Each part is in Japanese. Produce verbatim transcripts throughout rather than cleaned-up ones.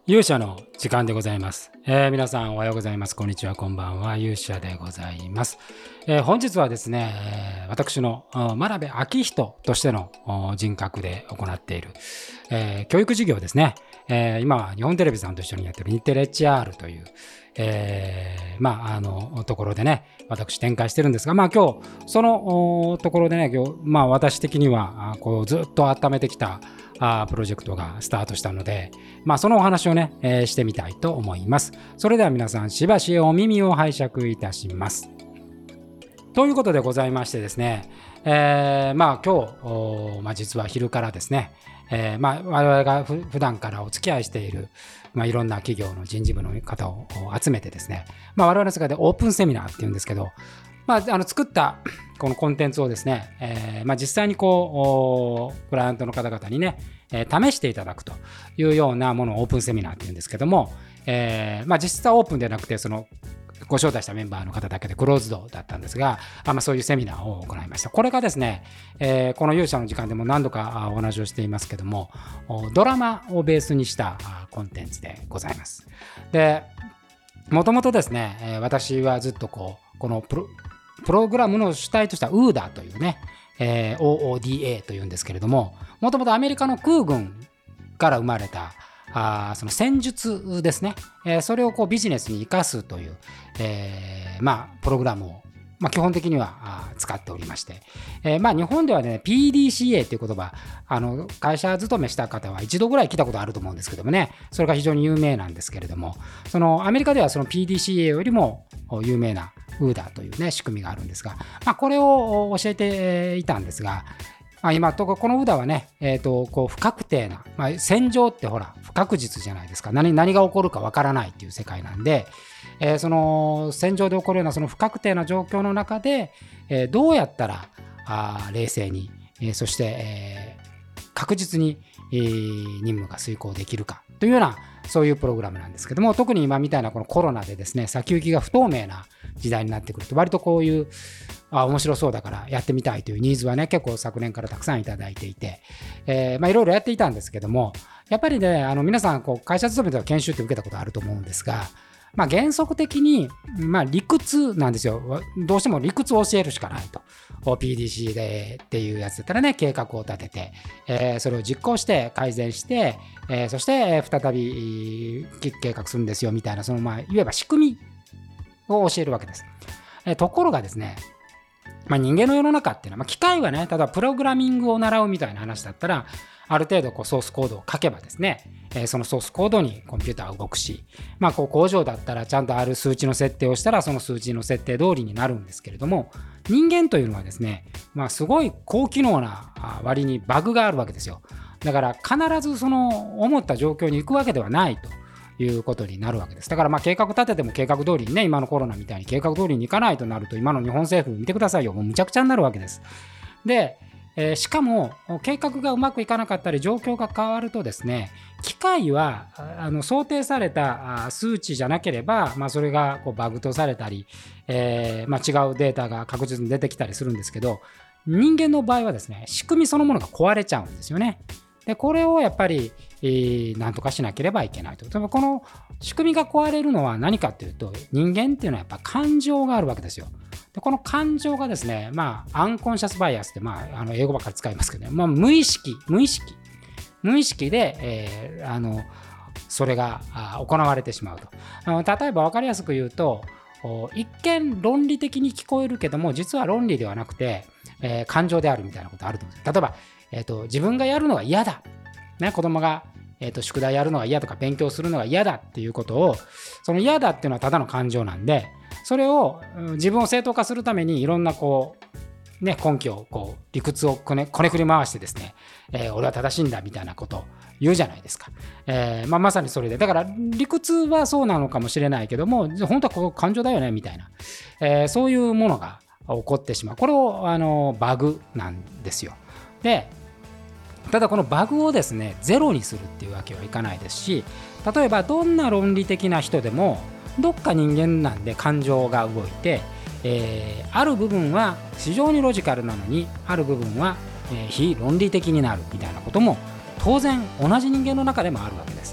勇者の時間でございます、えー、皆さんおはようございます。こんにちは、こんばんは。勇者でございます、えー、本日はですね、えー、私の真鍋昭人としての人格で行っている、えー、教育事業ですね、えー、今は日本テレビさんと一緒にやっている日テレ エイチアール という、えー、まああのところでね私展開してるんですが、まあ今日そのところでね今日、まあ、私的にはこうずっと温めてきたあプロジェクトがスタートしたので、まあ、そのお話をね、えー、してみたいと思います。それでは皆さんしばしお耳を拝借いたします。ということでございましてですね、えー、まあ今日、まあ、実は昼からですね、えー、まあ我々がふ普段からお付き合いしている、まあ、いろんな企業の人事部の方を集めてですね、まあ、我々の世界でオープンセミナーっていうんですけど、まあ、あの作ったこのコンテンツをですね、えーまあ、実際にこうクライアントの方々にね、えー、試していただくというようなものをオープンセミナーっていうんですけども、えーまあ、実質はオープンでなくてそのご招待したメンバーの方だけでクローズドだったんですが、あまあ、そういうセミナーを行いました。これがですね、えー、この勇者の時間でも何度かお話をしていますけども、ドラマをベースにしたコンテンツでございます。で、もともとですね、私はずっとこうこのプロプログラムの主体とした ウーダー というね、えー、オーオーディーエー というんですけれども、もともとアメリカの空軍から生まれたあその戦術ですね、えー、それをこうビジネスに生かすという、えー、まあプログラムを、まあ、基本的には使っておりまして、えー、まあ日本ではね ピーディーシーエー という言葉、あの会社勤めした方は一度ぐらい聞いたことあると思うんですけどもね、それが非常に有名なんですけれども、そのアメリカではその ピーディーシーエー よりも有名なウーダー というね仕組みがあるんですが、まあ、これを教えていたんですが、まあ、今このウーダーはね、えー、とこう不確定な、まあ、戦場ってほら不確実じゃないですか。 何, 何が起こるかわからないっていう世界なんで、えー、その戦場で起こるようなその不確定な状況の中で、えー、どうやったらあ冷静に、えー、そして、えー、確実に、えー、任務が遂行できるかというようなそういうプログラムなんですけども、特に今みたいなこのコロナでですね先行きが不透明な時代になってくると割とこういうあ面白そうだからやってみたいというニーズはね結構昨年からたくさんいただいていて、えー、まあいろいろやっていたんですけども、やっぱりねあの皆さんこう会社勤めでは研修って受けたことあると思うんですが、まあ原則的にまあ理屈なんですよ。どうしても理屈を教えるしかないと。ピーディーシー でっていうやつだったらね計画を立てて、えー、それを実行して改善して、えー、そして再び計画するんですよみたいな、そのまあいわば仕組みを教えるわけです。えー、ところがですね、まあ、人間の世の中っていうのは、まあ、機械はね、ただプログラミングを習うみたいな話だったら、ある程度こうソースコードを書けばですね、えー、そのソースコードにコンピューターは動くし、まあ、こう工場だったらちゃんとある数値の設定をしたらその数値の設定通りになるんですけれども、人間というのはですね、まあ、すごい高機能な割にバグがあるわけですよ。だから必ずその思った状況に行くわけではないということになるわけです。だからまあ計画立てても計画通りにね、今のコロナみたいに計画通りにいかないとなると、今の日本政府見てくださいよ、もうむちゃくちゃになるわけです。で、えー、しかも計画がうまくいかなかったり状況が変わるとですね、機械はあの想定された数値じゃなければ、まあ、それがこうバグとされたり、えーまあ、違うデータが確実に出てきたりするんですけど、人間の場合はですね、仕組みそのものが壊れちゃうんですよね。でこれをやっぱり、えー、何とかしなければいけないと。でもこの仕組みが壊れるのは何かというと、人間っていうのはやっぱ感情があるわけですよ。でこの感情がですね、まあアンコンシャスバイアスって、まあ、あの英語ばっかり使いますけどね、まあ、無意識無意識無意識で、えー、あのそれが行われてしまうと。あの例えば分かりやすく言うと、一見論理的に聞こえるけども実は論理ではなくて、えー、感情であるみたいなことあると思うんです。例えばえー、と自分がやるのが嫌だ、ね、子供が、えー、と宿題やるのが嫌とか勉強するのが嫌だっていうことを、その嫌だっていうのはただの感情なんで、それを自分を正当化するためにいろんなこう、ね、根拠をこう理屈をこね、こねくり回してですね、えー、俺は正しいんだみたいなことを言うじゃないですか。えーまあ、まさにそれで、だから理屈はそうなのかもしれないけども本当はここ感情だよねみたいな、えー、そういうものが起こってしまう。これをあのバグなんですよ。でただこのバグをですねゼロにするっていうわけはいかないですし、例えばどんな論理的な人でもどっか人間なんで感情が動いて、えー、ある部分は非常にロジカルなのにある部分は、えー、非論理的になるみたいなことも当然同じ人間の中でもあるわけです。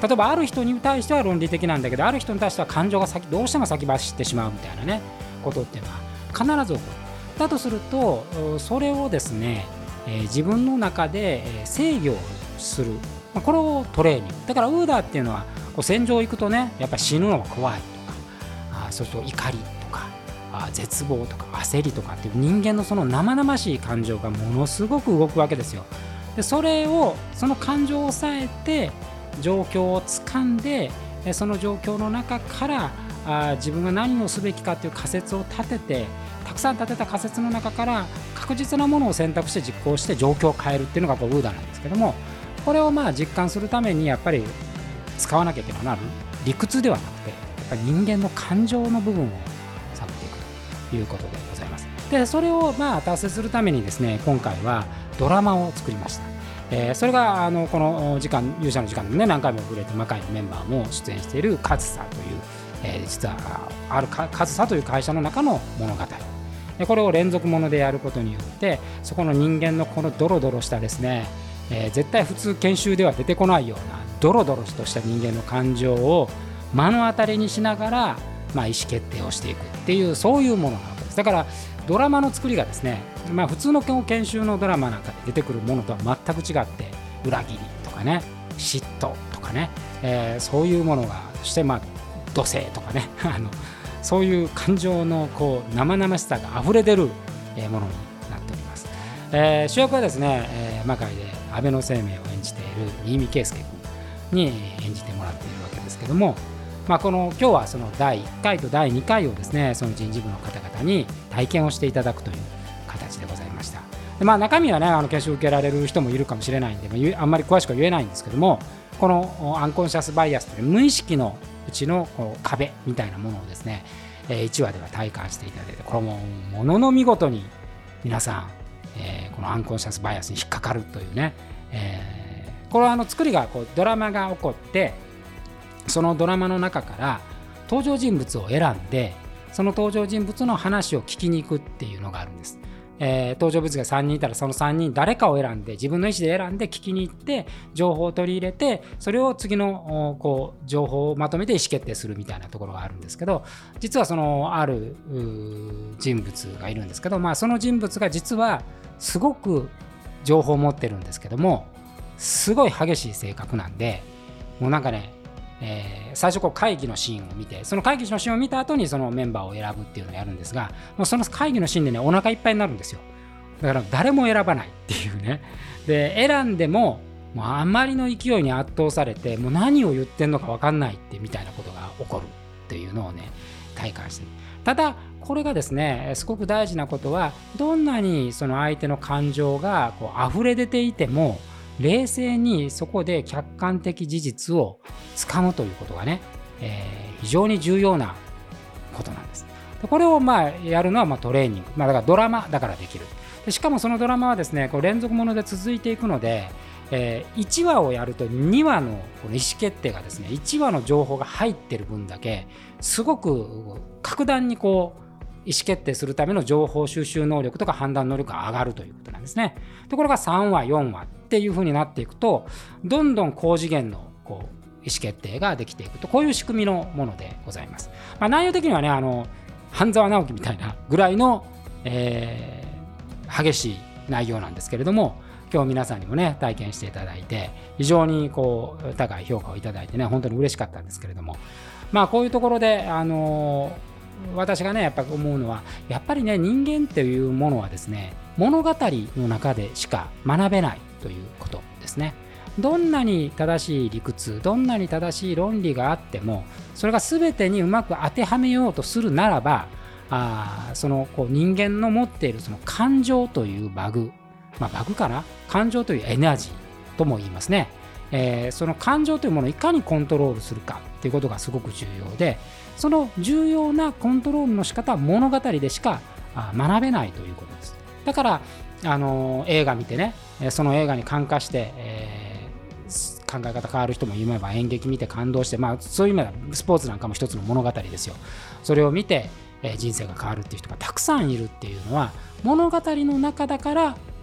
例えばある人に対しては論理的なんだけど、ある人に対しては感情が先どうしても先走ってしまうみたいなねことっていうのは必ず起こる。だとするとそれをですね、えー、自分の中で制御する、これをトレーニングだから。ウーダーっていうのはこう戦場行くとね、やっぱり死ぬのが怖いとか、あそうすると怒りとかあ絶望とか焦りとかっていう人間のその生々しい感情がものすごく動くわけですよ。でそれをその感情を抑えて状況をつかんで、その状況の中からあ自分が何をすべきかという仮説を立てて、たくさん立てた仮説の中から確実なものを選択して実行して状況を変えるっていうのがこうウーダーなんですけども、これをまあ実感するためにやっぱり使わなきゃいけないのは理屈ではなくて、やっぱり人間の感情の部分を探っていくということでございます。でそれをまあ達成するためにですね、今回はドラマを作りました。えー、それがあのこの時間勇者の時間でもね何回も触れて魔界のメンバーも出演しているカズサという、えー、実はあるカズサという会社の中の物語で、これを連続ものでやることによってそこの人間のこのドロドロしたですね、えー、絶対普通研修では出てこないようなドロドロとした人間の感情を目の当たりにしながら、まあ、意思決定をしていくっていう、そういうものなわけです。だからドラマの作りがですね、まあ、普通の研修のドラマなんかで出てくるものとは全く違って、裏切りとかね、嫉妬とかね、えー、そういうものが、そしてまあ土星とかねあのそういう感情のこう生々しさが溢れ出るものになっております。えー、主役はですね、えー、魔界で安倍晴明を演じている新見圭介君に演じてもらっているわけですけども、まあ、この今日はそのだいいっかいとだいにかいをですね、その人事部の方々に体験をしていただくという形でございました。で、まあ、中身はね、あの研修受けられる人もいるかもしれないんで、あんまり詳しくは言えないんですけども、このアンコンシャスバイアスという無意識のうちのこう壁みたいなものをですね、いちわでは体感していただいて、これもものの見事に皆さん、えー、このアンコンシャスバイアスに引っかかるというね、えー、これはあの作りがこうドラマが起こって、そのドラマの中から登場人物を選んで、その登場人物の話を聞きに行くっていうのがあるんです。えー、登場人物がさんにんいたら、そのさんにん誰かを選んで、自分の意思で選んで聞きに行って情報を取り入れて、それを次のこう情報をまとめて意思決定するみたいなところがあるんですけど、実はそのある人物がいるんですけど、まあ、その人物が実はすごく情報を持ってるんですけども、すごい激しい性格なんで、もうなんかね、えー、最初こう会議のシーンを見て、その会議のシーンを見た後にそのメンバーを選ぶっていうのをやるんですが、もうその会議のシーンでね、お腹いっぱいになるんですよ。だから誰も選ばないっていうね。で選んでも、もうあまりの勢いに圧倒されて、もう何を言ってんのか分かんないってみたいなことが起こるっていうのをね、体感してる。ただこれがですね、すごく大事なことは、どんなにその相手の感情がこう溢れ出ていても、冷静にそこで客観的事実をつかむということがね、えー、非常に重要なことなんです。でこれをまあやるのはまあトレーニング、まあ、だからドラマだからできる。でしかもそのドラマはですね、こう連続もので続いていくので、えー、いちわをやるとにわのこの意思決定がですね、いちわの情報が入ってる分だけすごく格段にこう意思決定するための情報収集能力とか判断能力が上がるということなんですね。でこれがさんわよんわっていう風になっていくと、どんどん高次元のこう意思決定ができていくと、こういう仕組みのものでございます。まあ、内容的にはね、あの半沢直樹みたいなぐらいの、えー、激しい内容なんですけれども、今日皆さんにもね体験していただいて、非常にこう高い評価をいただいてね、本当に嬉しかったんですけれども、まあこういうところであの私がねやっぱ思うのは、やっぱりね人間っていうものはですね、物語の中でしか学べないということですね。どんなに正しい理屈、どんなに正しい論理があっても、それが全てにうまく当てはめようとするならば、あそのこう人間の持っているその感情というバグ、まあ、バグかな、感情というエナジーとも言いますね。えー、その感情というものをいかにコントロールするかということがすごく重要で、その重要なコントロールの仕方は物語でしか学べないということです。だからあの映画見てね、その映画に感化して、えー、考え方変わる人もいれば、演劇見て感動して、まあ、そういう意味ではスポーツなんかも一つの物語ですよ。それを見て、えー、人生が変わるっていう人がたくさんいるっていうのは、物語の中だから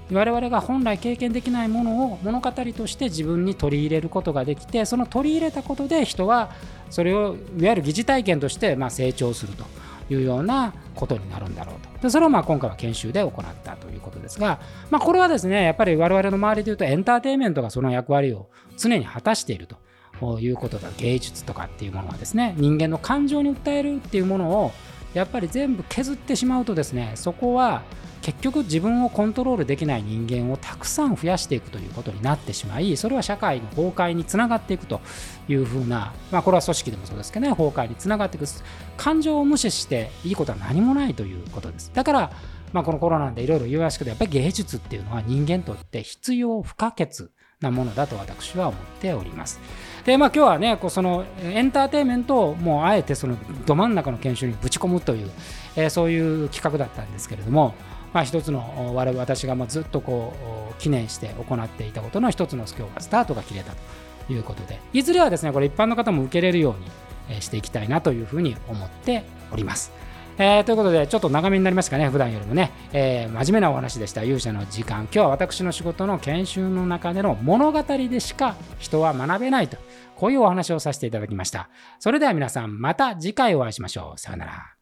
我々が本来経験できないものを物語として自分に取り入れることができて、その取り入れたことで人はそれをいわゆる疑似体験としてまあ成長するというようなことになるんだろうと。でそれをまあ今回は研修で行ったということですが、まあ、これはですねやっぱり我々の周りでいうとエンターテインメントがその役割を常に果たしているということだ。芸術とかっていうものはですね、人間の感情に訴えるっていうものをやっぱり全部削ってしまうとですね、そこは結局自分をコントロールできない人間をたくさん増やしていくということになってしまい、それは社会の崩壊につながっていくというふうな、まあこれは組織でもそうですけどね、崩壊につながっていく。感情を無視していいことは何もないということです。だからまあこのコロナでいろいろ言われますけど、やっぱり芸術っていうのは人間にとって必要不可欠なものだと私は思っております。でまあ今日はね、こうそのエンターテインメントをもうあえてそのど真ん中の研修にぶち込むという、えー、そういう企画だったんですけれども、まあ、一つの我々私がもうずっとこう記念して行っていたことの一つの今日がスタートが切れたということで、いずれはですねこれ一般の方も受けれるようにしていきたいなというふうに思っております。えー、ということでちょっと長めになりましたかね、普段よりもね、えー、真面目なお話でした。勇者の時間、今日は私の仕事の研修の中での物語でしか人は学べないと、こういうお話をさせていただきました。それでは皆さんまた次回お会いしましょう。さようなら。